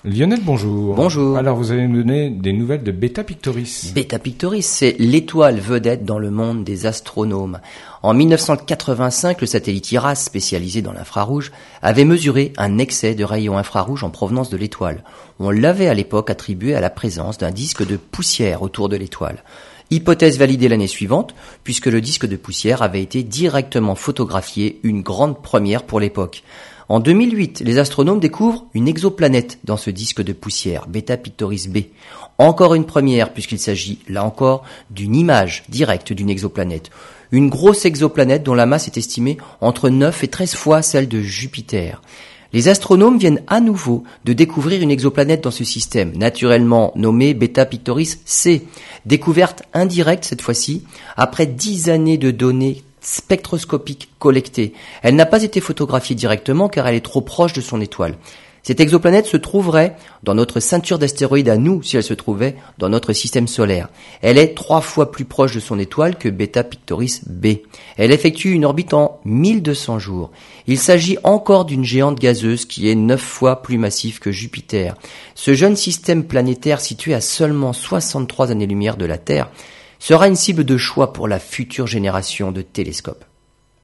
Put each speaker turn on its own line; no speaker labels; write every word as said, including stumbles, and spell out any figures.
Lionel, bonjour.
Bonjour.
Alors, vous allez nous donner des nouvelles de Beta Pictoris.
Beta Pictoris, c'est l'étoile vedette dans le monde des astronomes. En mille neuf cent quatre-vingt-cinq, le satellite IRAS, spécialisé dans l'infrarouge, avait mesuré un excès de rayons infrarouges en provenance de l'étoile. On l'avait à l'époque attribué à la présence d'un disque de poussière autour de l'étoile. Hypothèse validée l'année suivante, puisque le disque de poussière avait été directement photographié, une grande première pour l'époque. En deux mille huit, les astronomes découvrent une exoplanète dans ce disque de poussière, Beta Pictoris B. Encore une première, puisqu'il s'agit, là encore, d'une image directe d'une exoplanète. Une grosse exoplanète dont la masse est estimée entre neuf et treize fois celle de Jupiter. Les astronomes viennent à nouveau de découvrir une exoplanète dans ce système, naturellement nommée Beta Pictoris C. Découverte indirecte cette fois-ci, après dix années de données spectroscopique collectée. Elle n'a pas été photographiée directement car elle est trop proche de son étoile. Cette exoplanète se trouverait dans notre ceinture d'astéroïdes à nous si elle se trouvait dans notre système solaire. Elle est trois fois plus proche de son étoile que Beta Pictoris B. Elle effectue une orbite en mille deux cents jours. Il s'agit encore d'une géante gazeuse qui est neuf fois plus massive que Jupiter. Ce jeune système planétaire situé à seulement soixante-trois années-lumière de la Terre sera une cible de choix pour la future génération de télescopes.